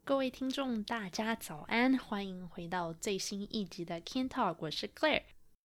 各位听众，大家早安，欢迎回到最新一集的 Kin Talk， 我是 Claire。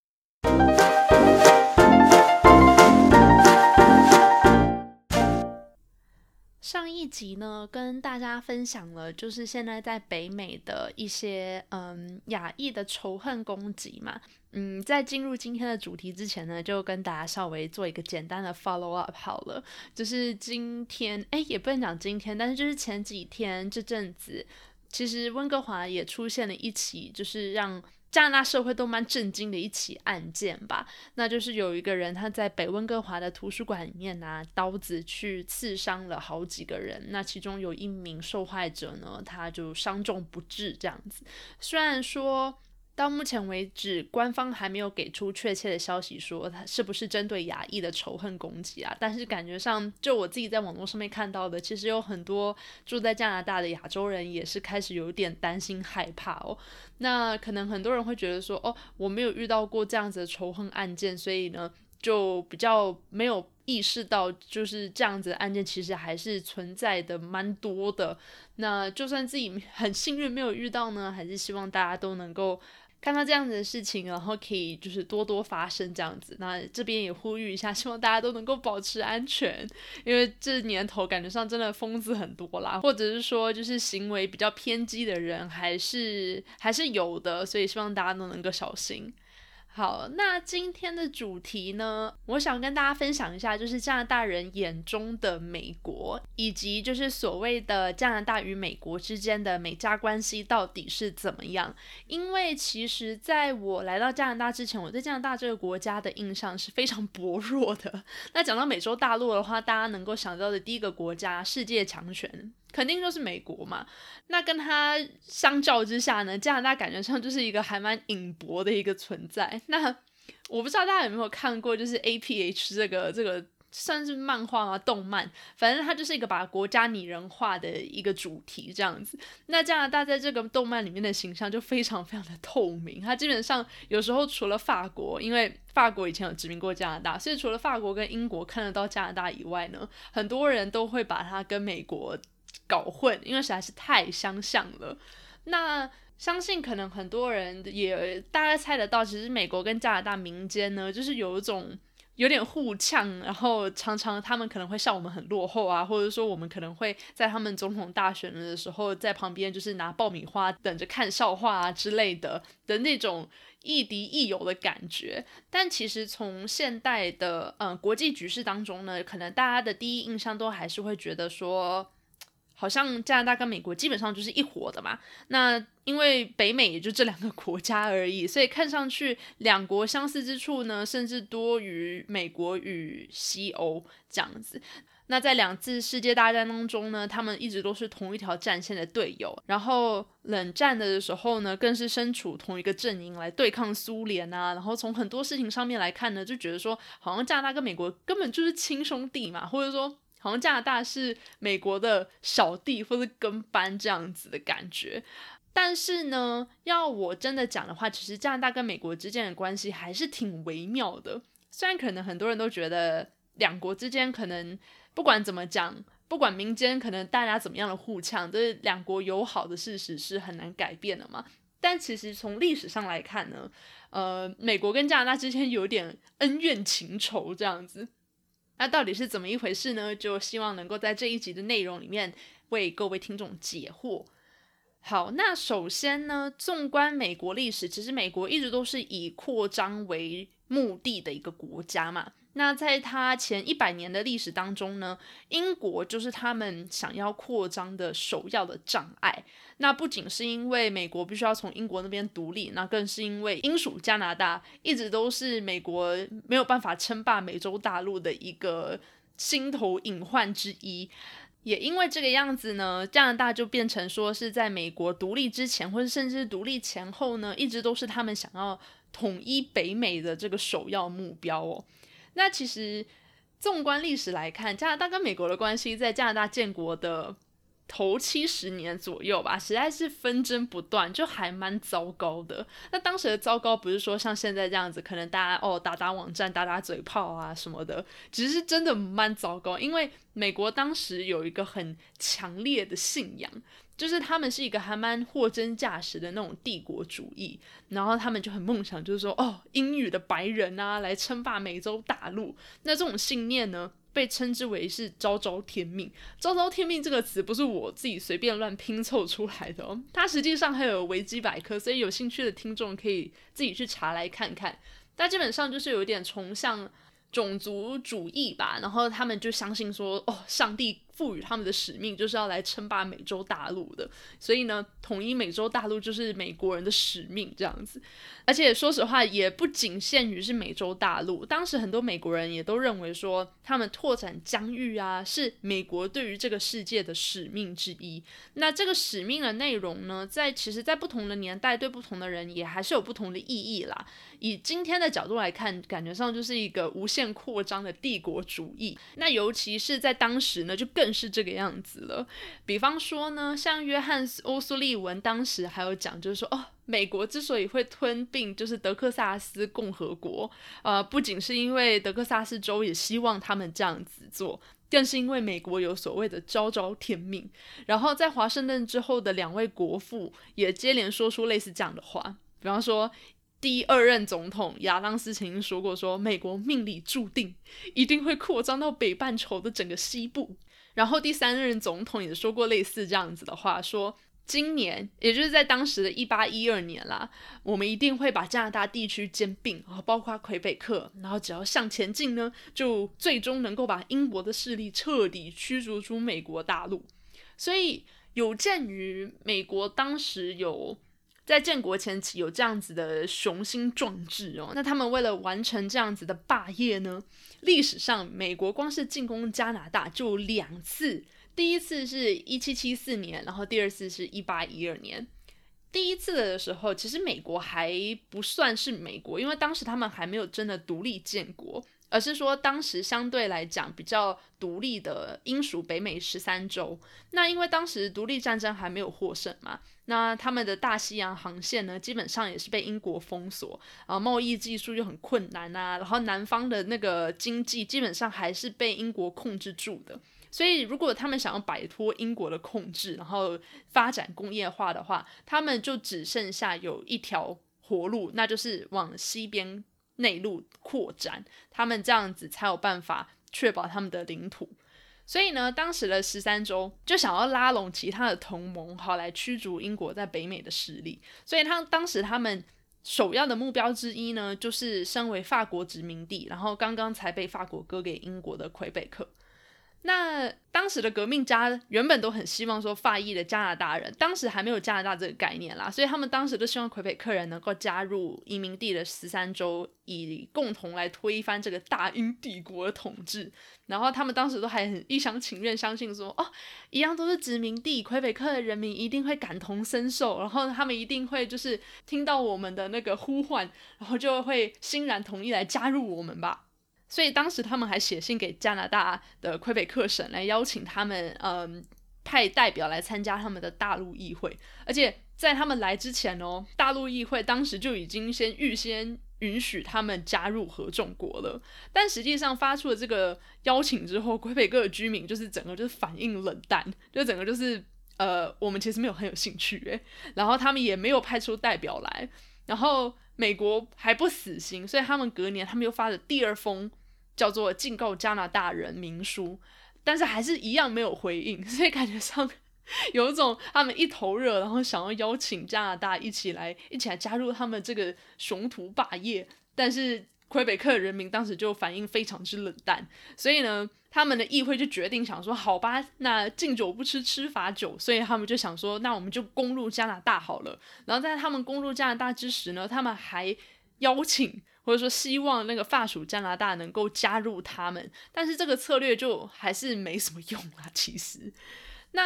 上一集呢，跟大家分享了就是现在在北美的一些亚裔的仇恨攻击嘛。在进入今天的主题之前呢，就跟大家稍微做一个简单的 follow up 好了。就是今天，也不能讲今天，但是就是前几天这阵子，其实温哥华也出现了一起，就是让加拿大社会都蛮震惊的一起案件吧。那就是有一个人他在北温哥华的图书馆里面拿刀子去刺伤了好几个人，那其中有一名受害者呢，他就伤重不治这样子。虽然说到目前为止，官方还没有给出确切的消息说它是不是针对亚裔的仇恨攻击啊，但是感觉上就我自己在网络上面看到的，其实有很多住在加拿大的亚洲人也是开始有点担心害怕哦。那可能很多人会觉得说，我没有遇到过这样子的仇恨案件，所以呢就比较没有意识到就是这样子的案件其实还是存在的蛮多的。那就算自己很幸运没有遇到呢，还是希望大家都能够看到这样子的事情，然后可以就是多多发生这样子。那这边也呼吁一下，希望大家都能够保持安全，因为这年头感觉上真的疯子很多啦，或者是说就是行为比较偏激的人还是有的，所以希望大家都能够小心。好，那今天的主题呢，我想跟大家分享一下，就是加拿大人眼中的美国，以及就是所谓的加拿大与美国之间的美加关系到底是怎么样。因为其实在我来到加拿大之前，我对加拿大这个国家的印象是非常薄弱的。那讲到美洲大陆的话，大家能够想到的第一个国家，世界强权肯定就是美国嘛。那跟它相较之下呢，加拿大感觉上就是一个还蛮隐薄的一个存在。那我不知道大家有没有看过，就是 APH 这个算是漫画吗？动漫，反正它就是一个把国家拟人化的一个主题这样子。那加拿大在这个动漫里面的形象就非常非常的透明，它基本上有时候除了法国，因为法国以前有殖民过加拿大，所以除了法国跟英国看得到加拿大以外呢，很多人都会把它跟美国搞混，因为实在是太相像了。那相信可能很多人也大概猜得到，其实美国跟加拿大民间呢，就是有一种有点互呛，然后常常他们可能会笑我们很落后啊，或者说我们可能会在他们总统大选的时候在旁边就是拿爆米花等着看笑话啊之类的那种亦敌亦友的感觉。但其实从现代的国际局势当中呢，可能大家的第一印象都还是会觉得说，好像加拿大跟美国基本上就是一伙的嘛。那因为北美也就这两个国家而已，所以看上去两国相似之处呢，甚至多于美国与西欧这样子。那在两次世界大战当中呢，他们一直都是同一条战线的队友，然后冷战的时候呢，更是身处同一个阵营来对抗苏联啊。然后从很多事情上面来看呢，就觉得说好像加拿大跟美国根本就是亲兄弟嘛，或者说好像加拿大是美国的小弟或者跟班这样子的感觉。但是呢，要我真的讲的话，其实加拿大跟美国之间的关系还是挺微妙的。虽然可能很多人都觉得两国之间可能不管怎么讲，不管民间可能大家怎么样的互呛，这是两国友好的事实是很难改变的嘛。但其实从历史上来看呢，美国跟加拿大之间有点恩怨情仇这样子。那到底是怎么一回事呢？就希望能够在这一集的内容里面为各位听众解惑。好，那首先呢，纵观美国历史，其实美国一直都是以扩张为目的的一个国家嘛。那在它前100年的历史当中呢，英国就是他们想要扩张的首要的障碍。那不仅是因为美国必须要从英国那边独立，那更是因为英属加拿大一直都是美国没有办法称霸美洲大陆的一个心头隐患之一。也因为这个样子呢，加拿大就变成说是在美国独立之前，或者甚至独立前后呢，一直都是他们想要统一北美的这个首要目标哦。那其实纵观历史来看，加拿大跟美国的关系在加拿大建国的头70年左右吧，实在是纷争不断，就还蛮糟糕的。那当时的糟糕不是说像现在这样子，可能大家打打网站、打打嘴炮啊什么的，只是真的蛮糟糕。因为美国当时有一个很强烈的信仰，就是他们是一个还蛮货真价实的那种帝国主义，然后他们就很梦想，就是说英语的白人啊来称霸美洲大陆。那这种信念呢，被称之为是昭昭天命。昭昭天命这个词不是我自己随便乱拼凑出来的哦，它实际上还有维基百科，所以有兴趣的听众可以自己去查来看看。但基本上就是有一点崇尚种族主义吧，然后他们就相信说上帝赋予他们的使命就是要来称霸美洲大陆的，所以呢统一美洲大陆就是美国人的使命这样子。而且说实话也不仅限于是美洲大陆，当时很多美国人也都认为说他们拓展疆域啊是美国对于这个世界的使命之一。那这个使命的内容呢，其实在不同的年代对不同的人也还是有不同的意义啦。以今天的角度来看，感觉上就是一个无限扩张的帝国主义，那尤其是在当时呢就更是这个样子了。比方说呢，像约翰欧苏利文当时还有讲，就是说美国之所以会吞并就是德克萨斯共和国，不仅是因为德克萨斯州也希望他们这样子做，更是因为美国有所谓的昭昭天命。然后在华盛顿之后的2位国父也接连说出类似这样的话，比方说第2任总统亚当斯曾经说过，说美国命里注定一定会扩张到北半球的整个西部。然后第3任总统也说过类似这样子的话，说今年也就是在当时的1812年啦，我们一定会把加拿大地区兼并，然后包括魁北克，然后只要向前进呢，就最终能够把英国的势力彻底驱逐出美国大陆。所以有鉴于美国当时在建国前期有这样子的雄心壮志那他们为了完成这样子的霸业呢，历史上美国光是进攻加拿大就2次，第一次是1774年，然后第2次是1812年。第一次的时候其实美国还不算是美国，因为当时他们还没有真的独立建国，而是说当时相对来讲比较独立的英属北美13州。那因为当时独立战争还没有获胜嘛，那他们的大西洋航线呢基本上也是被英国封锁，贸易技术就很困难啊，然后南方的那个经济基本上还是被英国控制住的。所以如果他们想要摆脱英国的控制，然后发展工业化的话，他们就只剩下有一条活路，那就是往西边内陆扩展，他们这样子才有办法确保他们的领土。所以呢，当时的13州就想要拉拢其他的同盟，好来驱逐英国在北美的势力。所以当时他们首要的目标之一呢，就是身为法国殖民地，然后刚刚才被法国割给英国的魁北克。那当时的革命家原本都很希望说法裔的加拿大人，当时还没有加拿大这个概念啦，所以他们当时都希望魁北克人能够加入移民地的13州，以共同来推翻这个大英帝国的统治。然后他们当时都还很一厢情愿相信说一样都是殖民地，魁北克的人民一定会感同身受，然后他们一定会就是听到我们的那个呼唤，然后就会欣然同意来加入我们吧。所以当时他们还写信给加拿大的魁北克省来邀请他们派代表来参加他们的大陆议会。而且在他们来之前大陆议会当时就已经预先允许他们加入合众国了。但实际上发出了这个邀请之后，魁北克的居民就是整个就是反应冷淡，就整个就是我们其实没有很有兴趣然后他们也没有派出代表来，然后美国还不死心，所以他们隔年他们又发了第2封叫做禁告加拿大人民书，但是还是一样没有回应。所以感觉上有一种他们一头热，然后想要邀请加拿大一起来加入他们这个雄图霸业，但是魁北克人民当时就反应非常之冷淡。所以呢他们的议会就决定想说好吧，那敬酒不吃吃罚酒，所以他们就想说那我们就攻入加拿大好了。然后在他们攻入加拿大之时呢，他们还邀请或者说希望那个法属加拿大能够加入他们，但是这个策略就还是没什么用其实。那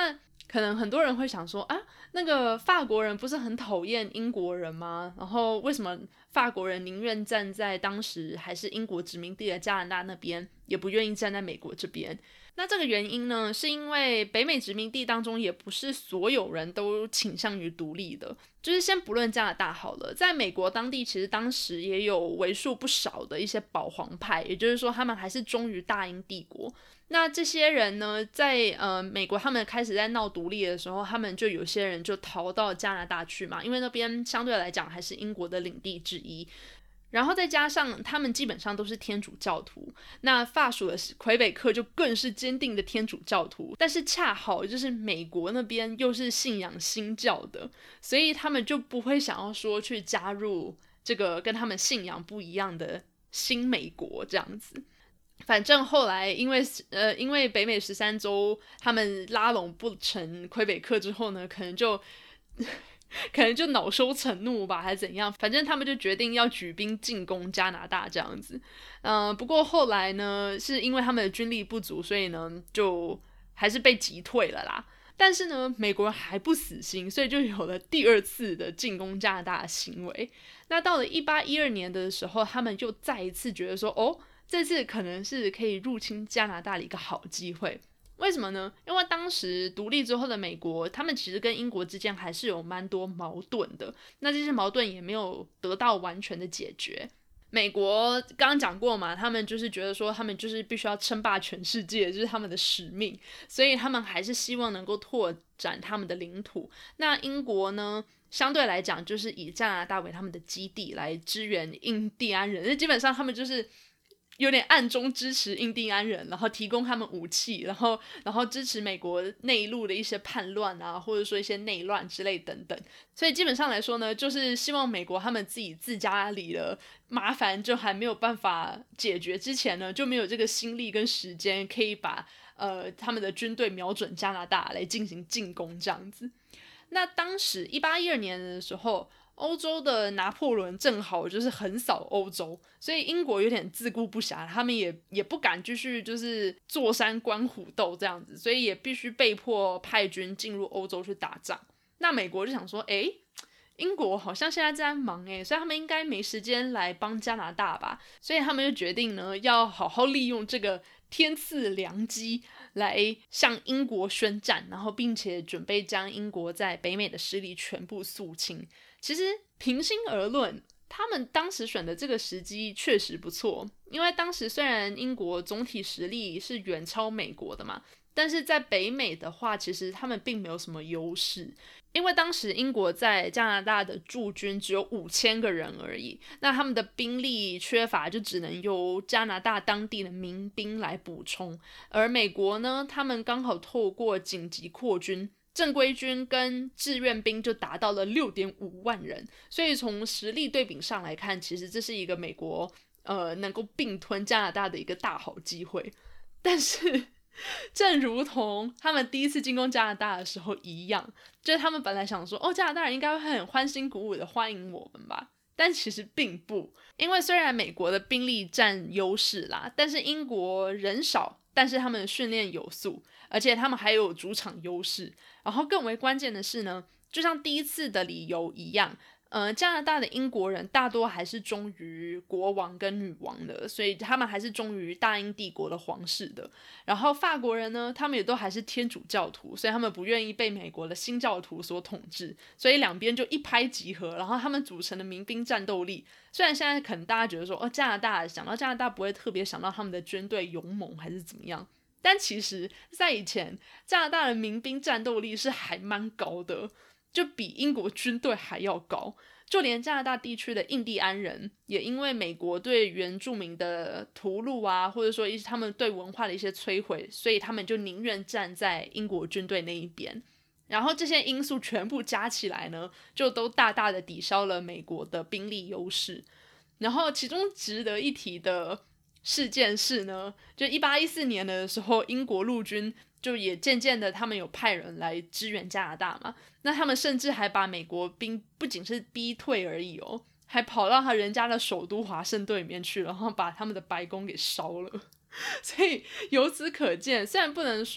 可能很多人会想说啊，那个法国人不是很讨厌英国人吗？然后为什么法国人宁愿站在当时还是英国殖民地的加拿大那边，也不愿意站在美国这边？那这个原因呢，是因为北美殖民地当中也不是所有人都倾向于独立的。就是先不论加拿大好了，在美国当地其实当时也有为数不少的一些保皇派，也就是说他们还是忠于大英帝国。那这些人呢，在美国他们开始在闹独立的时候，他们就有些人就逃到加拿大去嘛，因为那边相对来讲还是英国的领地之一。然后再加上他们基本上都是天主教徒，那法属的魁北克就更是坚定的天主教徒，但是恰好就是美国那边又是信仰新教的，所以他们就不会想要说去加入这个跟他们信仰不一样的新美国这样子。反正后来因为北美13州他们拉拢不成魁北克之后呢，可能就恼羞成怒吧，还是怎样？反正他们就决定要举兵进攻加拿大这样子。不过后来呢，是因为他们的军力不足，所以呢，就还是被击退了啦。但是呢，美国人还不死心，所以就有了第二次的进攻加拿大的行为。那到了1812年的时候，他们就再一次觉得说，这次可能是可以入侵加拿大的一个好机会。为什么呢？因为当时独立之后的美国，他们其实跟英国之间还是有蛮多矛盾的，那这些矛盾也没有得到完全的解决。美国刚刚讲过嘛，他们就是觉得说他们就是必须要称霸全世界，就是他们的使命，所以他们还是希望能够拓展他们的领土。那英国呢，相对来讲就是以加拿大为他们的基地来支援印第安人，基本上他们就是有点暗中支持印第安人，然后提供他们武器，然后支持美国内陆的一些叛乱啊，或者说一些内乱之类等等。所以基本上来说呢，就是希望美国他们自家里的麻烦就还没有办法解决之前呢，就没有这个心力跟时间可以把他们的军队瞄准加拿大来进行进攻这样子。那当时1812年的时候，欧洲的拿破仑正好就是横扫欧洲，所以英国有点自顾不暇，他们也不敢继续就是坐山观虎斗这样子，所以也必须被迫派军进入欧洲去打仗。那美国就想说，英国好像现在在忙所以他们应该没时间来帮加拿大吧，所以他们就决定呢，要好好利用这个天赐良机来向英国宣战，然后并且准备将英国在北美的势力全部肃清。其实平心而论，他们当时选的这个时机确实不错，因为当时虽然英国总体实力是远超美国的嘛，但是在北美的话，其实他们并没有什么优势，因为当时英国在加拿大的驻军只有5000个人而已，那他们的兵力缺乏，就只能由加拿大当地的民兵来补充，而美国呢，他们刚好透过紧急扩军，正规军跟志愿兵就达到了6.5万人，所以从实力对比上来看，其实这是一个美国能够并吞加拿大的一个大好机会。但是正如同他们第一次进攻加拿大的时候一样，就是他们本来想说，加拿大人应该会很欢欣鼓舞的欢迎我们吧，但其实并不，因为虽然美国的兵力占优势啦，但是英国人少，但是他们的训练有素，而且他们还有主场优势。然后更为关键的是呢，就像第一次的理由一样，加拿大的英国人大多还是忠于国王跟女王的，所以他们还是忠于大英帝国的皇室的。然后法国人呢，他们也都还是天主教徒，所以他们不愿意被美国的新教徒所统治，所以两边就一拍即合，然后他们组成的民兵战斗力，虽然现在可能大家觉得说，加拿大想到加拿大不会特别想到他们的军队勇猛还是怎么样，但其实在以前加拿大的民兵战斗力是还蛮高的，就比英国军队还要高。就连加拿大地区的印第安人也因为美国对原住民的屠戮啊，或者说他们对文化的一些摧毁，所以他们就宁愿站在英国军队那一边。然后这些因素全部加起来呢，就都大大的抵消了美国的兵力优势。然后其中值得一提的事件是呢，就1814年的时候，英国陆军就也渐渐的他们有派人来支援加拿大嘛，那他们甚至还把美国兵不仅是逼退而已还跑到人家的首都华盛顿里面去，然后把他们的白宫给烧了。所以由此可见，虽然不能说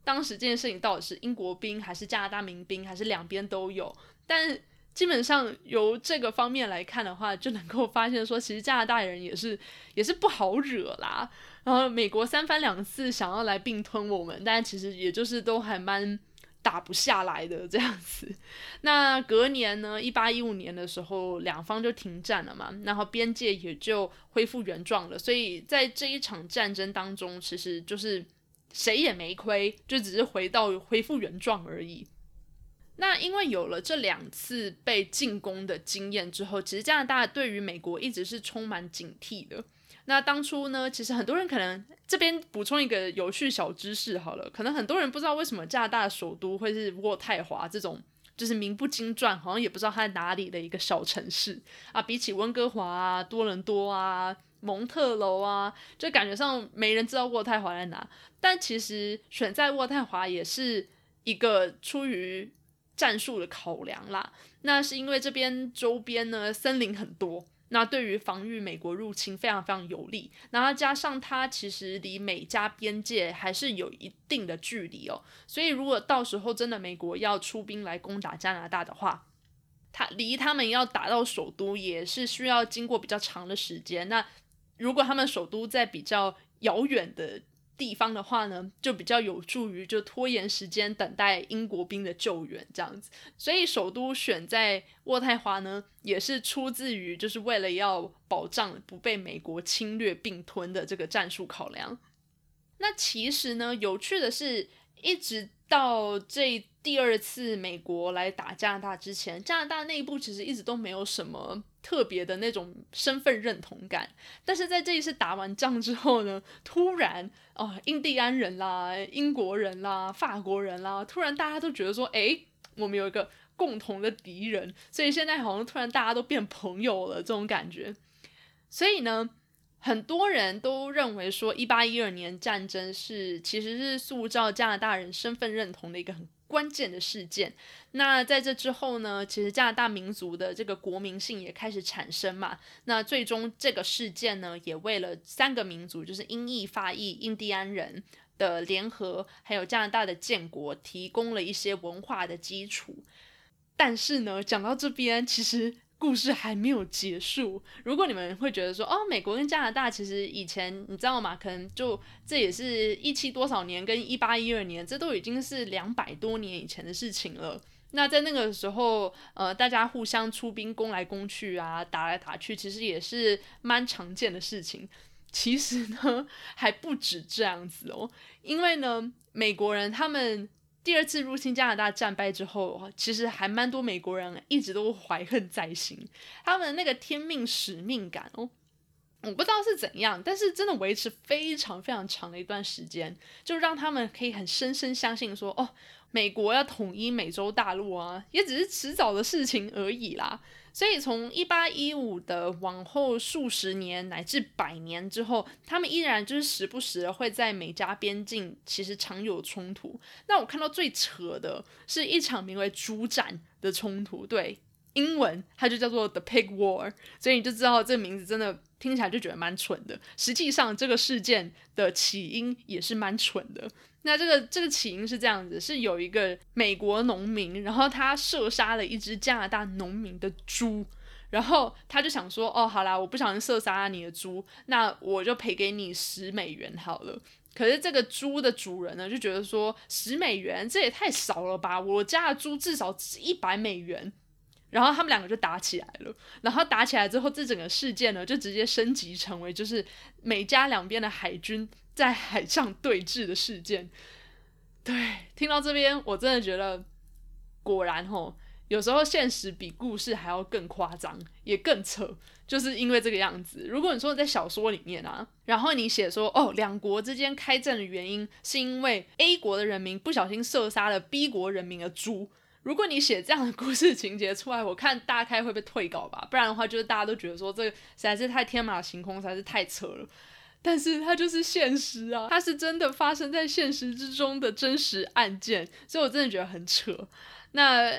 当时这件事情到底是英国兵还是加拿大民兵，还是两边都有。但基本上由这个方面来看的话，就能够发现说，其实加拿大人也是不好惹啦。然后美国三番两次想要来并吞我们，但其实也就是都还蛮打不下来的这样子。那隔年呢，1815年的时候，两方就停战了嘛，然后边界也就恢复原状了。所以在这一场战争当中，其实就是谁也没亏，就只是恢复原状而已。那因为有了这2次被进攻的经验之后，其实加拿大对于美国一直是充满警惕的。那当初呢，其实很多人可能这边补充一个有趣小知识好了，可能很多人不知道为什么加拿大的首都会是渥太华这种就是名不经传，好像也不知道它在哪里的一个小城市啊。比起温哥华啊、多伦多啊、蒙特楼啊，就感觉上没人知道渥太华在哪。但其实选在渥太华也是一个出于战术的考量啦。那是因为这边周边呢森林很多，那对于防御美国入侵非常非常有利，然后加上它其实离美加边界还是有一定的距离哦，所以如果到时候真的美国要出兵来攻打加拿大的话，离他们要打到首都也是需要经过比较长的时间。那如果他们首都在比较遥远的地方的话呢，就比较有助于就拖延时间，等待英国兵的救援这样子。所以首都选在渥太华呢，也是出自于就是为了要保障不被美国侵略并吞的这个战术考量。那其实呢，有趣的是，一直到这第2次美国来打加拿大之前，加拿大内部其实一直都没有什么特别的那种身份认同感。但是在这一次打完仗之后呢，突然印第安人啦、英国人啦、法国人啦，突然大家都觉得说，我们有一个共同的敌人，所以现在好像突然大家都变朋友了这种感觉。所以呢，很多人都认为说1812年战争其实是塑造加拿大人身份认同的一个很关键的事件。那在这之后呢，其实加拿大民族的这个国民性也开始产生嘛。那最终这个事件呢，也为了3个民族，就是英裔、法裔、印第安人的联合，还有加拿大的建国，提供了一些文化的基础。但是呢，讲到这边，其实故事还没有结束。如果你们会觉得说，美国跟加拿大其实以前你知道吗？可能就这也是17多少年跟1812年，这都已经是200多年以前的事情了。那在那个时候，大家互相出兵攻来攻去啊，打来打去，其实也是蛮常见的事情。其实呢，还不止这样子哦，因为呢，美国人他们第2次入侵加拿大战败之后，其实还蛮多美国人一直都怀恨在心，他们那个天命使命感我不知道是怎样，但是真的维持非常非常长的一段时间，就让他们可以很深深相信说，美国要统一美洲大陆啊，也只是迟早的事情而已啦。所以从1815的往后数十年乃至100年之后，他们依然就是时不时的会在美加边境其实常有冲突。那我看到最扯的是一场名为猪战的冲突，对，英文它就叫做 The Pig War， 所以你就知道这个名字真的听起来就觉得蛮蠢的。实际上这个事件的起因也是蛮蠢的。那这个起因是这样子，是有一个美国农民，然后他射杀了一只加拿大农民的猪，然后他就想说，好啦，我不小心射杀了你的猪，那我就赔给你$10好了。可是这个猪的主人呢，就觉得说$10这也太少了吧，我家的猪至少值$100。然后他们2个就打起来了，然后打起来之后，这整个事件呢就直接升级成为就是美加两边的海军在海上对峙的事件。对，听到这边我真的觉得果然有时候现实比故事还要更夸张，也更扯，就是因为这个样子。如果你说你在小说里面啊，然后你写说2国之间开战的原因是因为 A 国的人民不小心射杀了 B 国人民的猪，如果你写这样的故事情节出来，我看大概会被退稿吧，不然的话就是大家都觉得说这个实在是太天马行空，实在是太扯了。但是它就是现实啊，它是真的发生在现实之中的真实案件，所以我真的觉得很扯。那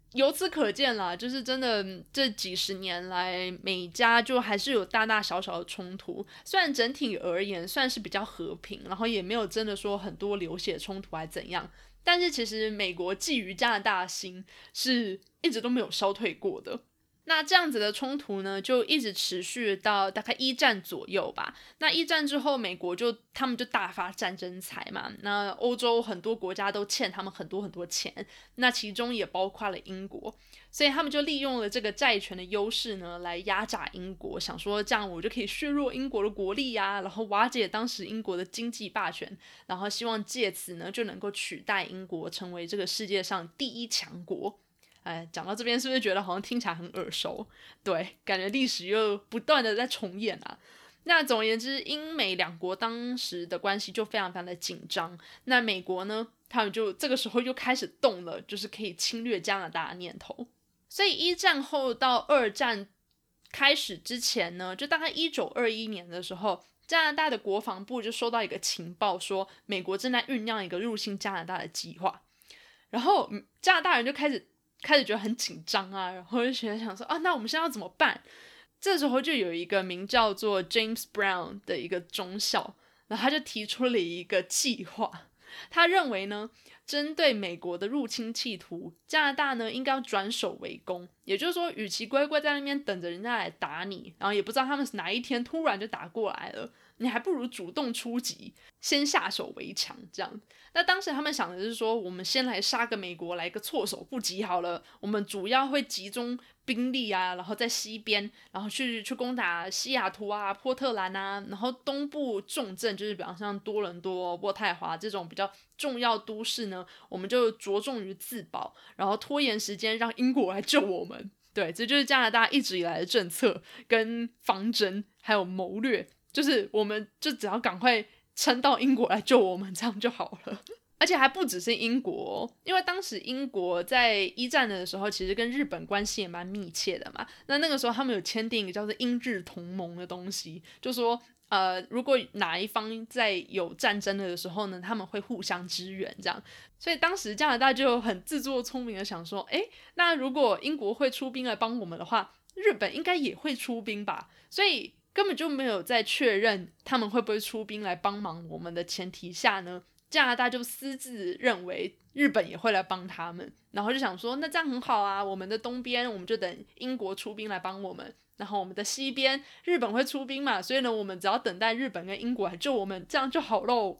由此可见啦，就是真的这几十年来，美加就还是有大大小小的冲突。虽然整体而言算是比较和平，然后也没有真的说很多流血冲突还怎样，但是其实美国觊觎加拿大的心是一直都没有消退过的。那这样子的冲突呢，就一直持续到大概1战左右吧。那1战之后，美国他们就大发战争财嘛。那欧洲很多国家都欠他们很多很多钱，那其中也包括了英国，所以他们就利用了这个债权的优势呢，来压榨英国，想说这样我就可以削弱英国的国力啊，然后瓦解当时英国的经济霸权，然后希望借此呢就能够取代英国成为这个世界上第一强国。讲到这边是不是觉得好像听起来很耳熟？对，感觉历史又不断的在重演啊。那总而言之，英美两国当时的关系就非常非常的紧张。那美国呢，他们就这个时候又开始动了，就是可以侵略加拿大的念头。所以1战后到2战开始之前呢，就大概1921年的时候，加拿大的国防部就收到一个情报，说美国正在酝酿一个入侵加拿大的计划。然后加拿大人就开始觉得很紧张啊，然后就想说啊，那我们现在要怎么办？这时候就有一个名叫做 James Brown 的一个中校，然后他就提出了一个计划。他认为呢，针对美国的入侵企图，加拿大呢应该要转守为攻，也就是说，与其乖乖在那边等着人家来打你，然后也不知道他们哪一天突然就打过来了，你还不如主动出击，先下手为强这样。那当时他们想的是说，我们先来杀个美国，来个措手不及好了。我们主要会集中兵力啊，然后在西边，然后去攻打西雅图啊、波特兰啊，然后东部重镇就是比方像多伦多、渥太华这种比较重要都市呢，我们就着重于自保，然后拖延时间让英国来救我们。对，这就是加拿大一直以来的政策跟方针，还有谋略，就是我们就只要赶快撑到英国来救我们，这样就好了。而且还不只是英国因为当时英国在1战的时候其实跟日本关系也蛮密切的嘛，那个时候他们有签订一个叫做英日同盟的东西，就说如果哪一方在有战争的时候呢，他们会互相支援这样。所以当时加拿大就很自作聪明的想说，那如果英国会出兵来帮我们的话，日本应该也会出兵吧，所以根本就没有在确认他们会不会出兵来帮忙我们的前提下呢，加拿大就私自认为日本也会来帮他们，然后就想说那这样很好啊，我们的东边我们就等英国出兵来帮我们，然后我们的西边日本会出兵嘛，所以呢我们只要等待日本跟英国来救我们，这样就好咯。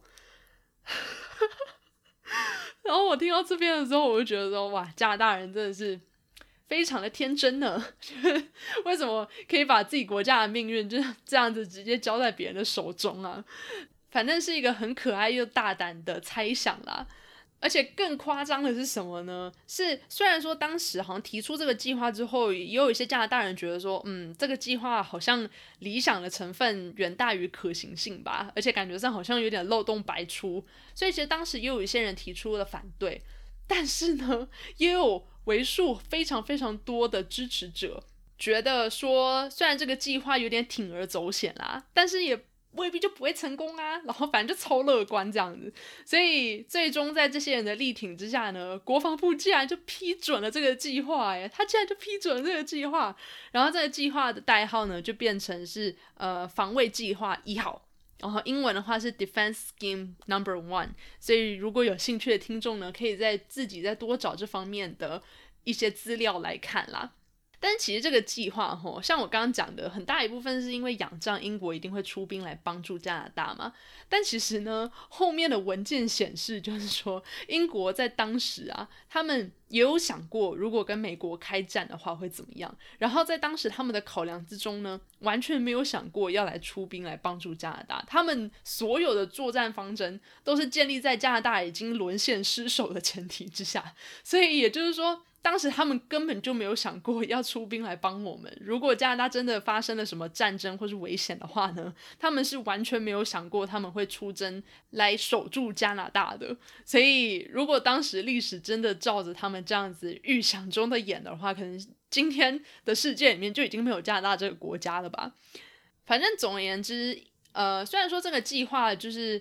然后我听到这边的时候，我就觉得说哇，加拿大人真的是非常的天真呢，为什么可以把自己国家的命运就这样子直接交在别人的手中啊？反正是一个很可爱又大胆的猜想啦。而且更夸张的是什么呢？是虽然说当时好像提出这个计划之后，也有一些加拿大人觉得说，这个计划好像理想的成分远大于可行性吧，而且感觉上好像有点漏洞百出，所以其实当时也有一些人提出了反对，但是呢，也有为数非常非常多的支持者觉得说，虽然这个计划有点铤而走险啦，但是也未必就不会成功啊，然后反正就超乐观这样子。所以最终在这些人的力挺之下呢，国防部竟然就批准了这个计划耶，他竟然就批准了这个计划，然后这个计划的代号呢就变成是防卫计划1号，然后英文的话是 Defense Scheme No.1， 所以如果有兴趣的听众呢，可以自己再多找这方面的一些资料来看啦。但其实这个计划像我刚刚讲的，很大一部分是因为仰仗英国一定会出兵来帮助加拿大嘛。但其实呢，后面的文件显示，就是说英国在当时啊，他们也有想过，如果跟美国开战的话会怎么样。然后在当时他们的考量之中呢，完全没有想过要来出兵来帮助加拿大。他们所有的作战方针都是建立在加拿大已经沦陷失守的前提之下，所以也就是说，当时他们根本就没有想过要出兵来帮我们。如果加拿大真的发生了什么战争或是危险的话呢，他们是完全没有想过他们会出征来守住加拿大的。所以如果当时历史真的照着他们这样子预想中的演的话，可能今天的世界里面就已经没有加拿大这个国家了吧。反正总而言之虽然说这个计划就是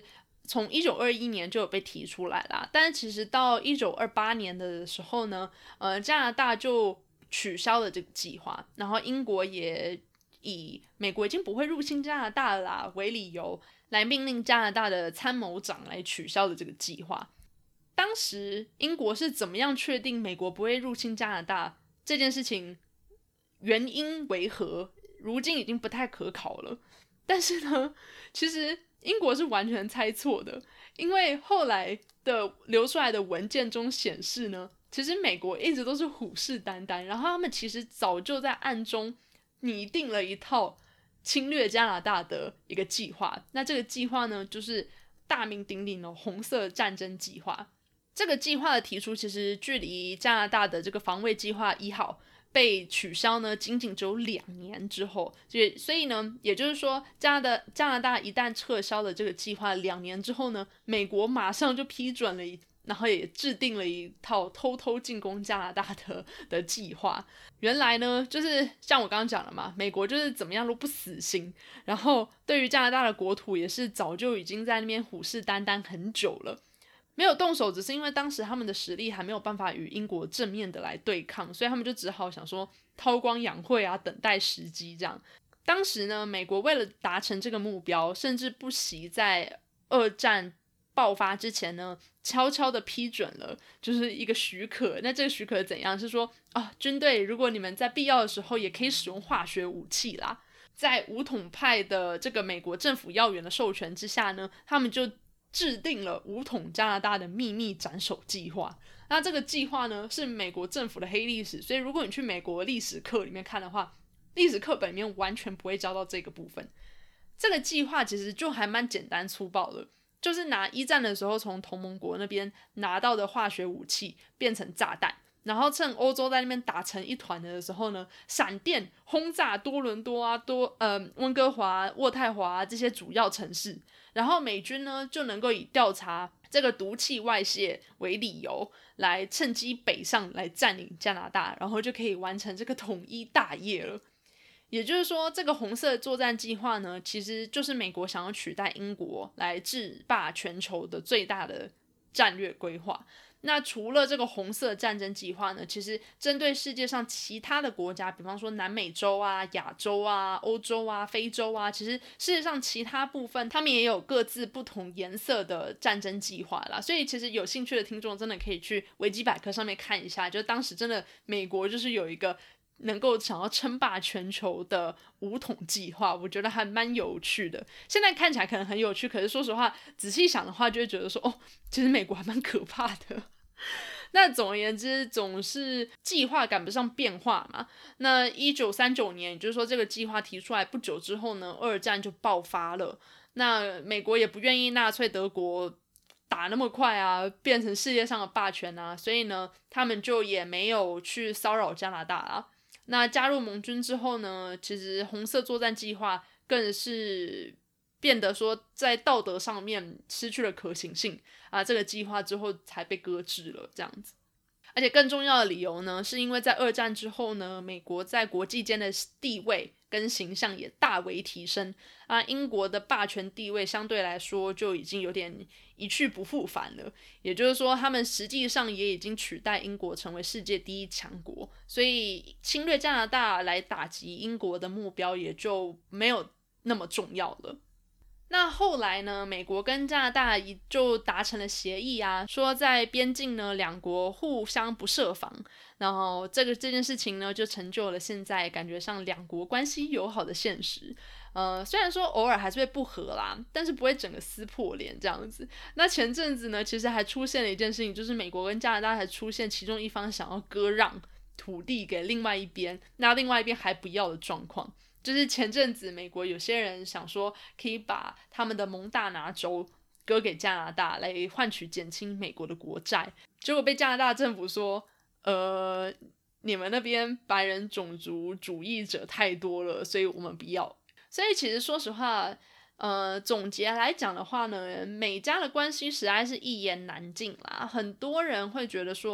从1921年就有被提出来啦，但是其实到1928年的时候呢，加拿大就取消了这个计划，然后英国也以美国已经不会入侵加拿大了啦为理由，来命令加拿大的参谋长来取消了这个计划。当时英国是怎么样确定美国不会入侵加拿大这件事情原因为何，如今已经不太可考了。但是呢，其实英国是完全猜错的，因为后来的流出来的文件中显示呢，其实美国一直都是虎视眈眈，然后他们其实早就在暗中拟定了一套侵略加拿大的一个计划。那这个计划呢，就是大名鼎鼎的红色战争计划。这个计划的提出其实距离加拿大的这个防卫计划1号被取消呢，仅仅只有2年之后，所以呢，也就是说加拿大一旦撤销了这个计划，2年之后呢，美国马上就批准了然后也制定了一套偷偷进攻加拿大的计划。原来呢，就是像我刚刚讲的嘛，美国就是怎么样都不死心，然后对于加拿大的国土也是早就已经在那边虎视眈眈很久了。没有动手，只是因为当时他们的实力还没有办法与英国正面的来对抗，所以他们就只好想说韬光养晦啊，等待时机这样。当时呢，美国为了达成这个目标，甚至不惜在2战爆发之前呢，悄悄的批准了就是一个许可。那这个许可怎样？是说军队如果你们在必要的时候也可以使用化学武器啦。在武统派的这个美国政府要员的授权之下呢，他们就制定了武统加拿大的秘密斩首计划。那这个计划呢，是美国政府的黑历史，所以如果你去美国历史课里面看的话，历史课本里面完全不会教到这个部分。这个计划其实就还蛮简单粗暴的，就是拿1战的时候从同盟国那边拿到的化学武器变成炸弹，然后趁欧洲在那边打成一团的时候呢，闪电轰炸多伦多啊、温哥华、渥太华这些主要城市，然后美军呢就能够以调查这个毒气外泄为理由，来趁机北上来占领加拿大，然后就可以完成这个统一大业了。也就是说，这个红色作战计划呢，其实就是美国想要取代英国来制霸全球的最大的战略规划。那除了这个红色战争计划呢，其实针对世界上其他的国家，比方说南美洲啊、亚洲啊、欧洲啊、非洲啊，其实世界上其他部分他们也有各自不同颜色的战争计划啦。所以其实有兴趣的听众真的可以去维基百科上面看一下，就当时真的美国就是有一个能够想要称霸全球的武统计划，我觉得还蛮有趣的。现在看起来可能很有趣，可是说实话仔细想的话就会觉得说其实美国还蛮可怕的。那总而言之，总是计划赶不上变化嘛。那1939年，也就是说这个计划提出来不久之后呢，2战就爆发了。那美国也不愿意纳粹德国打那么快啊，变成世界上的霸权啊，所以呢，他们就也没有去骚扰加拿大啊。那加入盟军之后呢，其实红色作战计划更是变得说在道德上面失去了可行性啊，这个计划之后才被搁置了这样子。而且更重要的理由呢，是因为在2战之后呢，美国在国际间的地位跟形象也大为提升啊，英国的霸权地位相对来说就已经有点一去不复返了。也就是说，他们实际上也已经取代英国成为世界第1强国，所以侵略加拿大来打击英国的目标也就没有那么重要了。那后来呢，美国跟加拿大就达成了协议啊，说在边境呢2国互相不设防，然后这件事情呢就成就了现在感觉上2国关系友好的现实。虽然说偶尔还是会不和啦，但是不会整个撕破脸这样子。那前阵子呢，其实还出现了一件事情，就是美国跟加拿大还出现其中一方想要割让土地给另外一边，那另外一边还不要的状况。就是前阵子美国有些人想说可以把他们的蒙大拿州割给加拿大来换取减轻美国的国债，结果被加拿大政府说你们那边白人种族主义者太多了，所以我们不要。所以其实说实话总结来讲的话呢，美加的关系实在是一言难尽啦。很多人会觉得说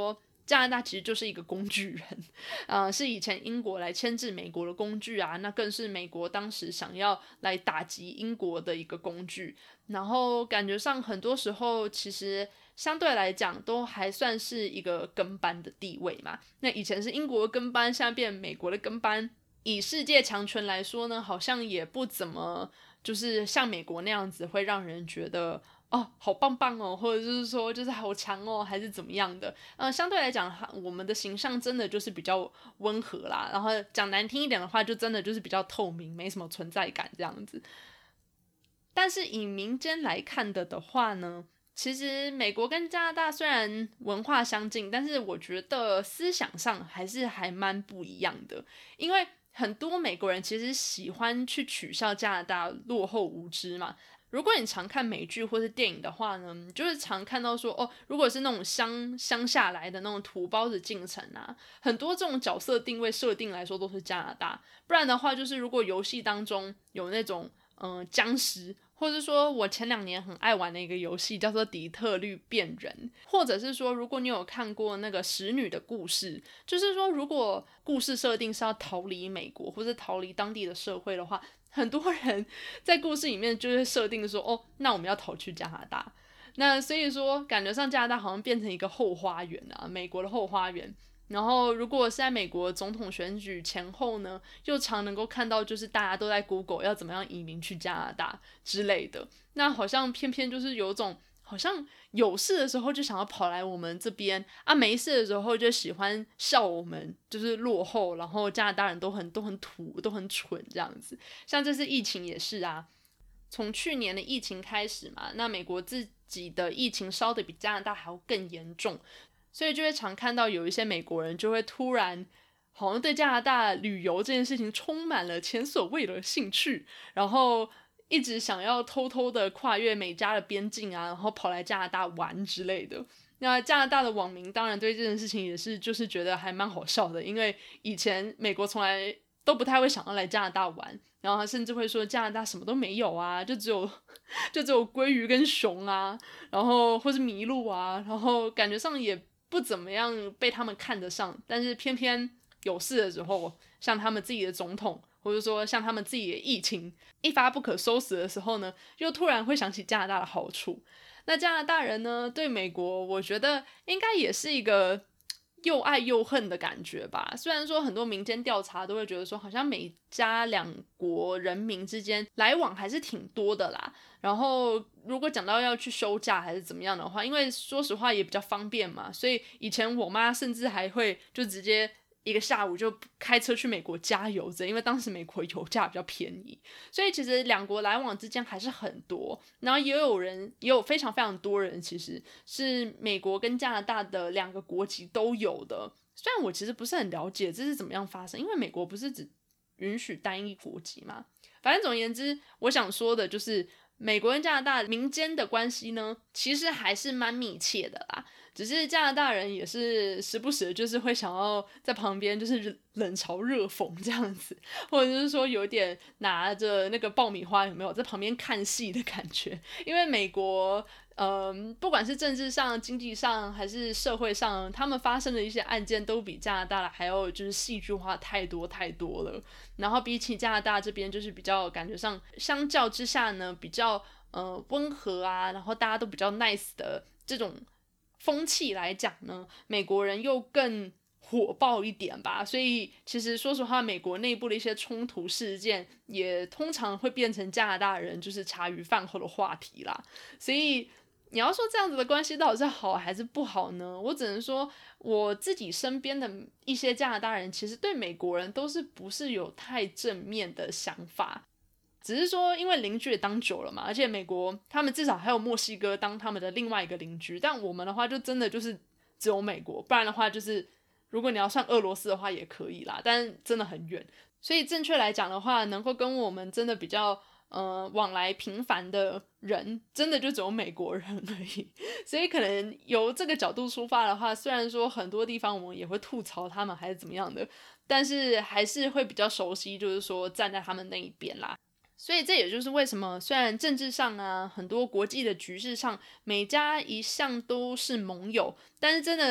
加拿大其实就是一个工具人，是以前英国来牵制美国的工具啊，那更是美国当时想要来打击英国的一个工具。然后感觉上很多时候其实相对来讲都还算是一个跟班的地位嘛。那以前是英国的跟班，现在变美国的跟班。以世界强权来说呢，好像也不怎么就是像美国那样子会让人觉得哦好棒棒哦，或者就是说就是好强哦，还是怎么样的。相对来讲我们的形象真的就是比较温和啦，然后讲难听一点的话就真的就是比较透明，没什么存在感这样子。但是以民间来看的话呢，其实美国跟加拿大虽然文化相近，但是我觉得思想上还蛮不一样的。因为很多美国人其实喜欢去取笑加拿大落后无知嘛。如果你常看美剧或是电影的话呢，你就是常看到说如果是那种乡下来的那种土包子进城啊，很多这种角色定位设定来说都是加拿大。不然的话就是如果游戏当中有那种僵尸，或者说我前2年很爱玩的一个游戏叫做底特律变人，或者是说如果你有看过那个使女的故事，就是说如果故事设定是要逃离美国或者逃离当地的社会的话，很多人在故事里面就会设定说那我们要逃去加拿大。那所以说感觉上加拿大好像变成一个后花园啊，美国的后花园。然后如果是在美国总统选举前后呢，又常能够看到就是大家都在 Google 要怎么样移民去加拿大之类的。那好像偏偏就是有种好像有事的时候就想要跑来我们这边啊，没事的时候就喜欢笑我们就是落后，然后加拿大人都很土都很蠢这样子。像这次疫情也是啊，从去年的疫情开始嘛，那美国自己的疫情烧得比加拿大还要更严重，所以就会常看到有一些美国人就会突然好像对加拿大旅游这件事情充满了前所未有的兴趣，然后一直想要偷偷的跨越美加的边境啊，然后跑来加拿大玩之类的。那加拿大的网民当然对这件事情也是就是觉得还蛮好笑的，因为以前美国从来都不太会想要来加拿大玩，然后他甚至会说加拿大什么都没有啊，就只有鲑鱼跟熊啊，然后或是麋鹿啊，然后感觉上也不怎么样被他们看得上。但是偏偏有事的时候，像他们自己的总统，或者说像他们自己的疫情一发不可收拾的时候呢，又突然会想起加拿大的好处。那加拿大人呢，对美国我觉得应该也是一个又爱又恨的感觉吧。虽然说很多民间调查都会觉得说好像美加两国人民之间来往还是挺多的啦，然后如果讲到要去休假还是怎么样的话，因为说实话也比较方便嘛，所以以前我妈甚至还会就直接一个下午就开车去美国加油着，因为当时美国油价比较便宜，所以其实两国来往之间还是很多。然后也有非常非常多人其实是美国跟加拿大的2个国籍都有的。虽然我其实不是很了解这是怎么样发生，因为美国不是只允许单一国籍嘛。反正总而言之，我想说的就是美国跟加拿大民间的关系呢，其实还是蛮密切的啦。只是加拿大人也是时不时的就是会想要在旁边就是冷嘲热讽这样子，或者是说有点拿着那个爆米花有没有在旁边看戏的感觉。因为美国不管是政治上经济上还是社会上，他们发生的一些案件都比加拿大还有就是戏剧化太多了。然后比起加拿大这边就是比较感觉上相较之下呢比较温和啊，然后大家都比较 nice 的这种风气来讲呢，美国人又更火爆一点吧。所以其实说实话，美国内部的一些冲突事件也通常会变成加拿大人就是茶余饭后的话题啦。所以你要说这样子的关系到底是好还是不好呢？我只能说我自己身边的一些加拿大人其实对美国人都是不是有太正面的想法，只是说因为邻居也当久了嘛，而且美国他们至少还有墨西哥当他们的另外一个邻居，但我们的话就真的就是只有美国，不然的话就是如果你要算俄罗斯的话也可以啦，但真的很远。所以正确来讲的话，能够跟我们真的比较往来频繁的人真的就只有美国人而已。所以可能由这个角度出发的话，虽然说很多地方我们也会吐槽他们还是怎么样的，但是还是会比较熟悉就是说站在他们那一边啦。所以这也就是为什么虽然政治上啊很多国际的局势上美加一向都是盟友，但是真的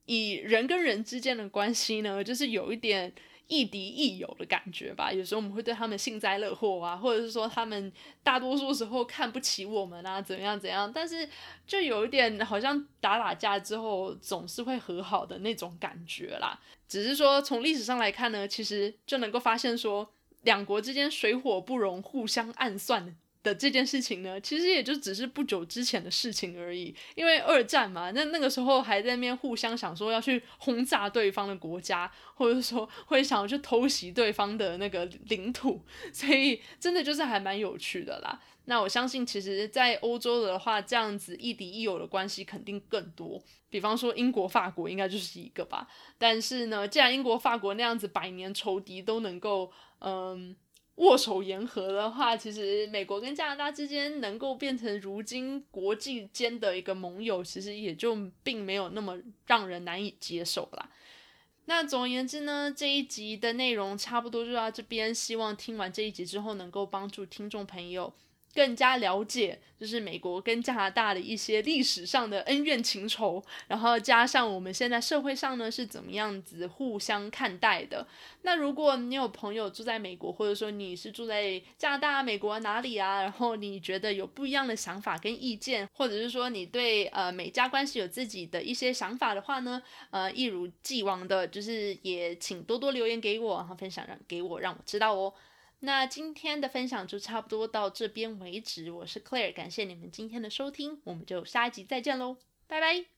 以人跟人之间的关系呢，就是有一点亦敌亦友的感觉吧。有时候我们会对他们幸灾乐祸啊，或者是说他们大多数时候看不起我们啊，怎样怎样。但是就有一点好像打架之后总是会和好的那种感觉啦。只是说从历史上来看呢，其实就能够发现说，两国之间水火不容、互相暗算的这件事情呢，其实也就只是不久之前的事情而已。因为二战嘛，那个时候还在那边互相想说要去轰炸对方的国家，或者说会想要去偷袭对方的那个领土，所以真的就是还蛮有趣的啦。那我相信其实在欧洲的话，这样子亦敌亦友的关系肯定更多，比方说英国法国应该就是一个吧。但是呢，既然英国法国那样子百年仇敌都能够握手言和的话，其实美国跟加拿大之间能够变成如今国际间的一个盟友，其实也就并没有那么让人难以接受啦。那总而言之呢，这一集的内容差不多就到这边，希望听完这一集之后能够帮助听众朋友更加了解就是美国跟加拿大的一些历史上的恩怨情仇，然后加上我们现在社会上呢是怎么样子互相看待的。那如果你有朋友住在美国，或者说你是住在加拿大、美国哪里啊，然后你觉得有不一样的想法跟意见，或者是说你对美加关系有自己的一些想法的话呢，一如既往的就是也请多多留言给我，然后分享给我，让我知道哦。那今天的分享就差不多到这边为止，我是 Claire， 感谢你们今天的收听，我们就下一集再见喽，拜拜。